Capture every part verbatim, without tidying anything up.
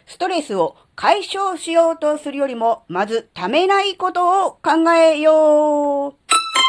ストレスを解消しようとするよりも、まずためないことを考えよう。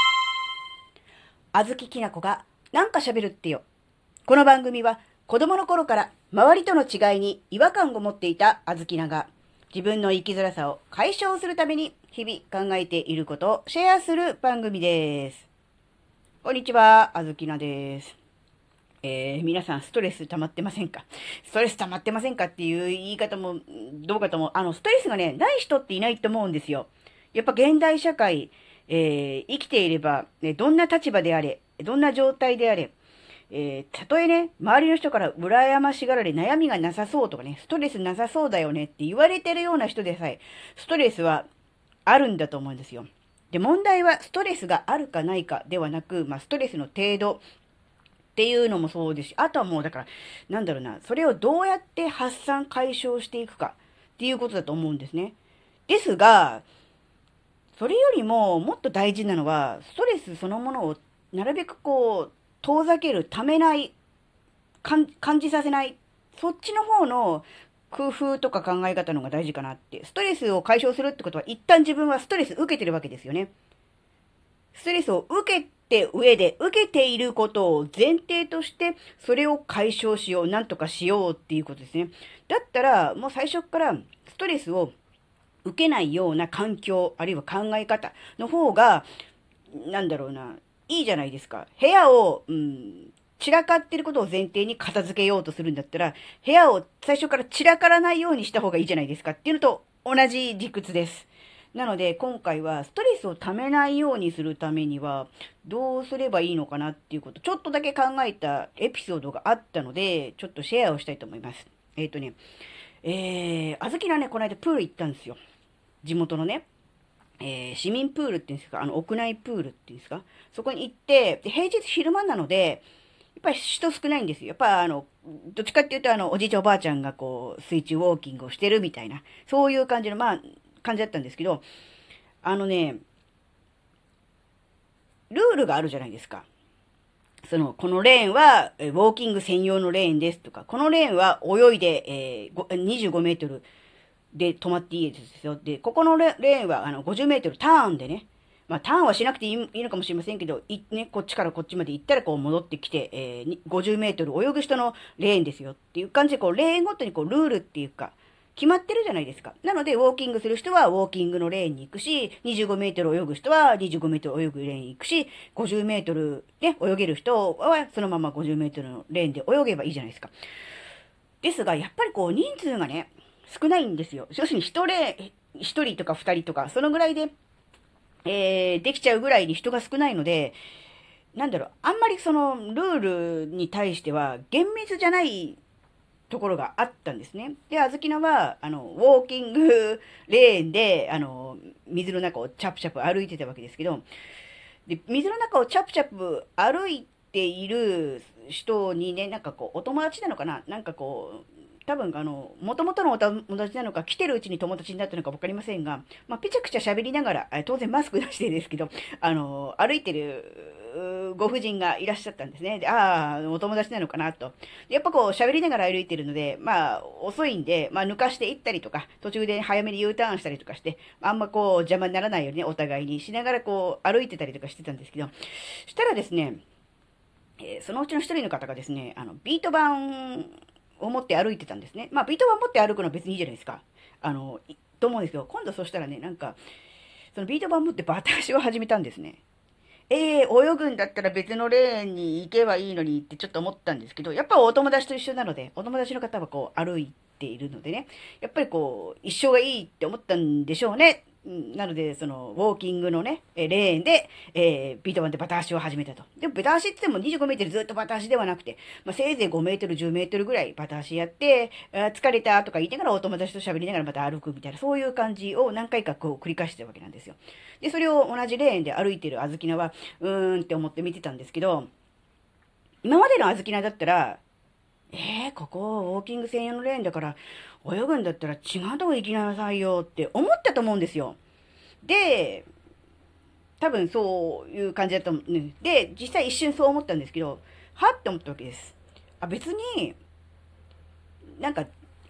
あずききなこがなんか喋るってよ。この番組は子供の頃から周りとの違いに違和感を持っていたあずきなが自分の生きづらさを解消するために日々考えていることをシェアする番組です。こんにちは、あずきなです。えー、皆さんストレス溜まってませんか？ストレス溜まってませんかっていう言い方もどうかとも、あの、ストレスがね、ない人っていないと思うんですよ。やっぱ現代社会、えー、生きていれば、ね、どんな立場であれ、どんな状態であれ、えー、たとえね、周りの人から羨ましがられ悩みがなさそうとかね、ストレスなさそうだよねって言われてるような人でさえ、ストレスはあるんだと思うんですよ。で、問題はストレスがあるかないかではなく、まあ、ストレスの程度、っていうのもそうですし、あとはもうだから、なんだろうな、それをどうやって発散解消していくかっていうことだと思うんですね。ですが、それよりももっと大事なのは、ストレスそのものをなるべくこう、遠ざける、ためない、感じさせない、そっちの方の工夫とか考え方の方が大事かなって。ストレスを解消するってことは、一旦自分はストレス受けてるわけですよね。ストレスを受けて上で、受けていることを前提として、それを解消しよう、なんとかしようっていうことですね。だったら、もう最初からストレスを受けないような環境、あるいは考え方の方が、なんだろうな、いいじゃないですか。部屋を、うん、散らかってることを前提に片付けようとするんだったら、部屋を最初から散らからないようにした方がいいじゃないですかっていうのと同じ理屈です。なので、今回はストレスをためないようにするためには、どうすればいいのかなっていうこと、ちょっとだけ考えたエピソードがあったので、ちょっとシェアをしたいと思います。えっ、ー、とね、えー、あずきらね、この間プール行ったんですよ。地元のね。えー、市民プールっていうんですか、あの、屋内プールっていうんですか、そこに行って、で、平日昼間なので、やっぱり人少ないんですよ。やっぱあの、どっちかっていうとあの、おじいちゃんおばあちゃんがこう、水中ウォーキングをしてるみたいな、そういう感じの、まあ、感じだったんですけど、あのね、ルールがあるじゃないですか。その、このレーンは、えウォーキング専用のレーンですとか、このレーンは泳いで、えー、にじゅうごメートルで止まっていいですよ。で、ここのレーンは、あの、ごじゅうメートルターンでね、まあ、ターンはしなくていいいいのかもしれませんけど、いね、こっちからこっちまで行ったらこう戻ってきて、えー、ごじゅうメートル泳ぐ人のレーンですよっていう感じで、こう、レーンごとにこう、ルールっていうか、決まってるじゃないですか。なので、ウォーキングする人はウォーキングのレーンに行くし、にじゅうごメートル泳ぐ人はにじゅうごメートル泳ぐレーンに行くし、ごじゅうメートルね、泳げる人はそのままごじゅうメートルのレーンで泳げばいいじゃないですか。ですが、やっぱりこう、人数がね、少ないんですよ。要するに一レーン、一人とか二人とか、そのぐらいで、えー、できちゃうぐらいに人が少ないので、なんだろう、あんまりそのルールに対しては厳密じゃないところがあったんですね。で、あずきなは、あの、ウォーキングレーンで、あの、水の中をチャプチャプ歩いてたわけですけど、で、水の中をチャプチャプ歩いている人にね、なんかこう、お友達なのかななんかこう、多分あの、元々のお友達なのか、来てるうちに友達になったのか分かりませんが、まあ、ぺちゃくちゃ喋りながら、当然マスク出してですけど、あの、歩いてるご婦人がいらっしゃったんですね。で、ああ、お友達なのかなと。やっぱこう、喋りながら歩いてるので、まあ、遅いんで、まあ、抜かしていったりとか、途中で早めに U ターンしたりとかして、あんまこう、邪魔にならないようにね、お互いにしながらこう、歩いてたりとかしてたんですけど、したらですね、えーそのうちの一人の方がですね、あの、ビート板を持って歩いてたんですね。まあ、ビート板持って歩くのは別にいいじゃないですか。あの、と思うんですけど、今度そしたらね、なんか、そのビート板持ってバタ足を始めたんですね。えー、泳ぐんだったら別のレーンに行けばいいのにってちょっと思ったんですけど、やっぱお友達と一緒なので、お友達の方はこう歩いているのでね、やっぱりこう、一生がいいって思ったんでしょうね。うんなので、その、ウォーキングのね、えレーンで、えー、ビート板でバタ足を始めたと。でも、バタ足って言ってもにじゅうごメートルずっとバタ足ではなくて、まあ、せいぜいごメートル、じゅうメートルぐらいバタ足やって、あー疲れたとか言いながらお友達と喋りながらまた歩くみたいな、そういう感じを何回かこう繰り返してるわけなんですよ。で、それを同じレーンで歩いてるあずきなは、うーんって思って見てたんですけど、今までのあずきなだったら、えー、ここウォーキング専用のレーンだから、泳ぐんだったら違うとこ行きなさいよって思ったと思うんですよ。で、多分そういう感じだった思う。ねで、実際一瞬そう思ったんですけど、はって思ったわけです。あ、別に、なんか、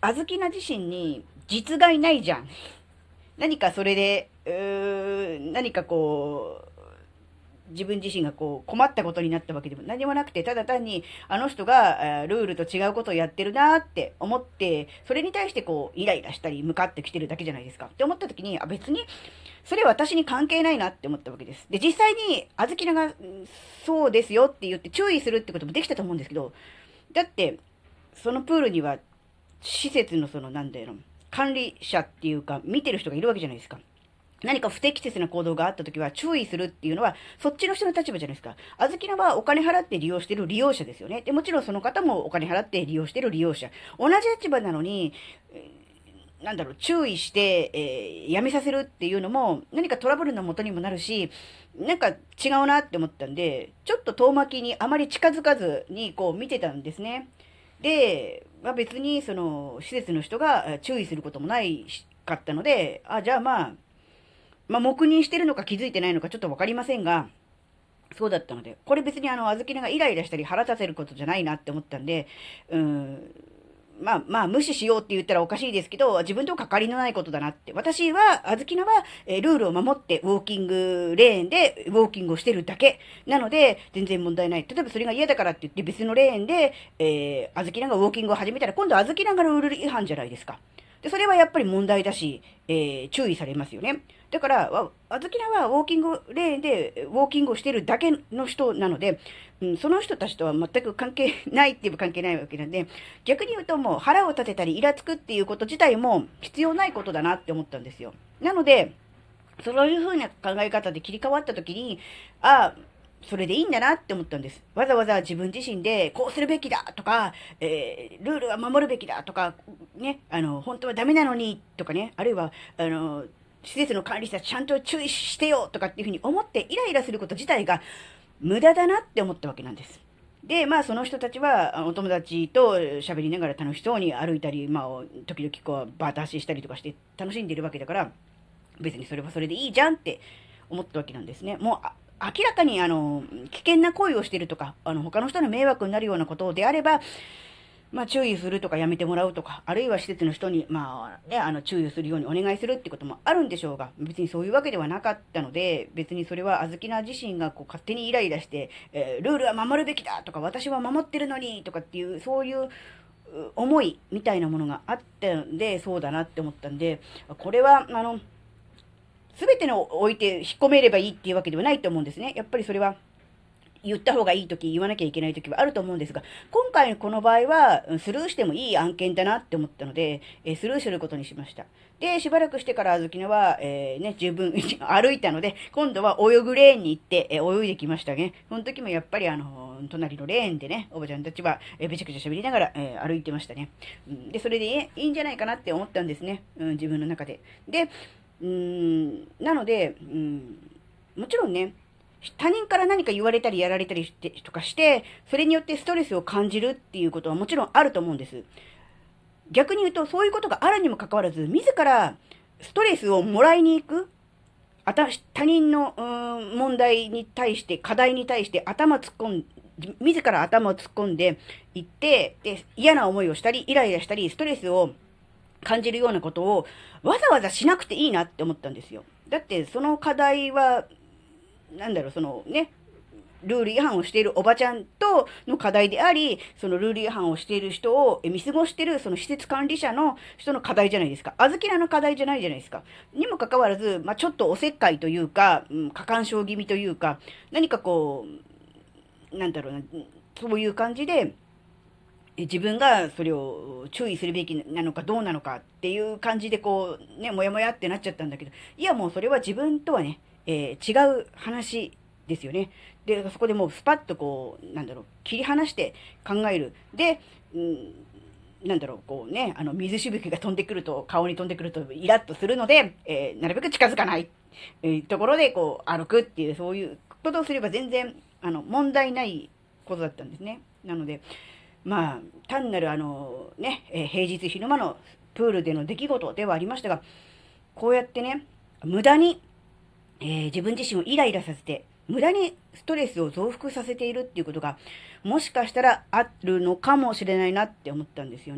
あずきな自身に実害ないじゃん。何かそれで、うー何かこう、自分自身がこう困ったことになったわけでも何もなくて、ただ単にあの人がルールと違うことをやってるなって思って、それに対してこうイライラしたり向かってきてるだけじゃないですかって思った時に、あ、別にそれ私に関係ないなって思ったわけです。で、実際にあずきながそうですよって言って注意するってこともできたと思うんですけど、だってそのプールには施設のそのなんだよ、管理者っていうか見てる人がいるわけじゃないですか。何か不適切な行動があったときは注意するっていうのは、そっちの人の立場じゃないですか。あずきなはお金払って利用してる利用者ですよね。で、もちろんその方もお金払って利用してる利用者。同じ立場なのに、なんだろう、注意して、えー、やめさせるっていうのも、何かトラブルの元にもなるし、なんか違うなって思ったんで、ちょっと遠巻きにあまり近づかずにこう見てたんですね。で、まあ、別にその施設の人が注意することもないかったので、あ、じゃあまあ、まあ、黙認してるのか気づいてないのかちょっとわかりませんが、そうだったので、これ別にあの、あずきながイライラしたり腹立てることじゃないなって思ったんで、うーん、まあまあ無視しようって言ったらおかしいですけど、自分と関わりのないことだなって。私は、あずきなは、えールールを守ってウォーキングレーンでウォーキングをしてるだけ。なので、全然問題ない。例えばそれが嫌だからって言って別のレーンで、えー、あずきながウォーキングを始めたら、今度あずきながルール違反じゃないですか。で、それはやっぱり問題だし、えー、注意されますよね。だから、あずきなはウォーキングレーンでウォーキングをしてるだけの人なので、うん、その人たちとは全く関係ないって言えば関係ないわけなんで、逆に言うともう腹を立てたりイラつくっていうこと自体も必要ないことだなって思ったんですよ。なので、そういう風な考え方で切り替わった時に、ああ、それでいいんだなって思ったんです。わざわざ自分自身でこうするべきだとか、えー、ルールは守るべきだとか、ね、あの、本当はダメなのにとかね、あるいは、あの、施設の管理者ちゃんと注意してよとかっていうふうに思ってイライラすること自体が無駄だなって思ったわけなんです。で、まあその人たちはお友達と喋りながら楽しそうに歩いたり、まあ時々こうバータ足したりとかして楽しんでるわけだから、別にそれはそれでいいじゃんって思ったわけなんですね。もう明らかにあの危険な行為をしているとか、あの他の人の迷惑になるようなことであれば、まあ注意するとかやめてもらうとか、あるいは施設の人にまあね、あの注意するようにお願いするってこともあるんでしょうが、別にそういうわけではなかったので、別にそれはあずきな自身がこう勝手にイライラして、えー、ルールは守るべきだとか、私は守ってるのにとかっていう、そういう思いみたいなものがあったんで、そうだなって思ったんで、これは、あの、すべての置いて引っ込めればいいっていうわけではないと思うんですね。やっぱりそれは、言った方がいいとき、言わなきゃいけないときはあると思うんですが、今回この場合は、スルーしてもいい案件だなって思ったので、えー、スルーすることにしました。で、しばらくしてからあずきなは、えー、ね、十分歩いたので、今度は泳ぐレーンに行って、えー、泳いできましたね。その時もやっぱりあのー、隣のレーンでね、おばちゃんたちは、えー、べちゃくちゃ喋りながら、えー、歩いてましたね。うん、で、それでいいんじゃないかなって思ったんですね。うん、自分の中で。で、うーん、なので、うん、もちろんね、他人から何か言われたりやられたりしてとかして、それによってストレスを感じるっていうことはもちろんあると思うんです。逆に言うと、そういうことがあるにもかかわらず、自らストレスをもらいに行く、あた他人の問題に対して、課題に対して頭突っ込んで、自ら頭を突っ込んでいって、で、嫌な思いをしたり、イライラしたり、ストレスを感じるようなことをわざわざしなくていいなって思ったんですよ。だってその課題はなんだろう、そのね、ルール違反をしているおばちゃんとの課題であり、そのルール違反をしている人を見過ごしているその施設管理者の人の課題じゃないですか。あずきらの課題じゃないじゃないですか。にもかかわらず、まあ、ちょっとおせっかいというか、うん、過干渉気味というか、何かこう、なんだろうな、そういう感じで、自分がそれを注意するべきなのかどうなのかっていう感じでこうね、もやもやってなっちゃったんだけど、いやもうそれは自分とはね、えー、違う話ですよね。で、そこでもうスパッとこう、なんだろう、切り離して考える。で、うん、なんだろう、こうね、あの、水しぶきが飛んでくると、顔に飛んでくるとイラッとするので、えー、なるべく近づかない、えー、ところでこう歩くっていう、そういうことをすれば全然、あの、問題ないことだったんですね。なので、まあ、単なるあの、ね、えー平日昼間のプールでの出来事ではありましたが、こうやってね、無駄に、えー自分自身をイライラさせて、無駄にストレスを増幅させているっていうことが、もしかしたらあるのかもしれないなって思ったんですよね。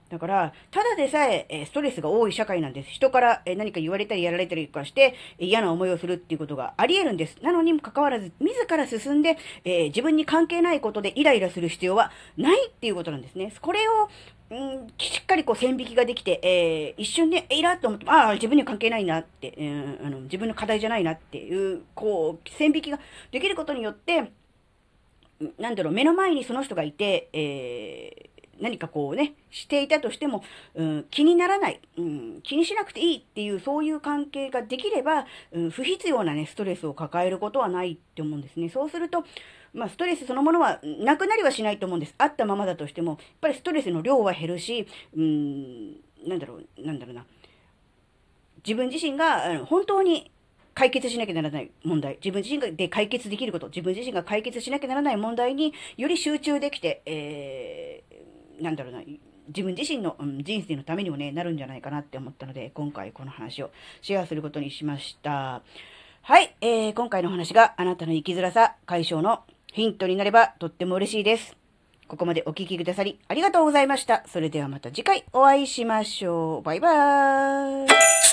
だから、ただでさええーストレスが多い社会なんです。人からえー何か言われたりやられたりとかして、えー嫌な思いをするっていうことがあり得るんです。なのにもかかわらず、自ら進んで、えー自分に関係ないことでイライラする必要はないっていうことなんですね。これを、うん、しっかりこう線引きができて、えー一瞬で、イラッと思っても、ああ、自分には関係ないなって、えーあの、自分の課題じゃないなっていう、こう、線引きができることによって、なんだろう、目の前にその人がいて、えー何かこうね、していたとしても、うん、気にならない、うん、気にしなくていいっていう、そういう関係ができれば、うん、不必要なね、ストレスを抱えることはないって思うんですね。そうすると、まあ、ストレスそのものはなくなりはしないと思うんです。あったままだとしても、やっぱりストレスの量は減るし、うん、なんだろう、なんだろうな。自分自身があの本当に解決しなきゃならない問題、自分自身で解決できること、自分自身が解決しなきゃならない問題により集中できて、えー、なんだろうな、自分自身の、うん、人生のためにもね、なるんじゃないかなって思ったので、今回この話をシェアすることにしました。はい、えー、今回の話があなたの生きづらさ解消のヒントになればとっても嬉しいです。ここまでお聞きくださりありがとうございました。それではまた次回お会いしましょう。バイバーイ。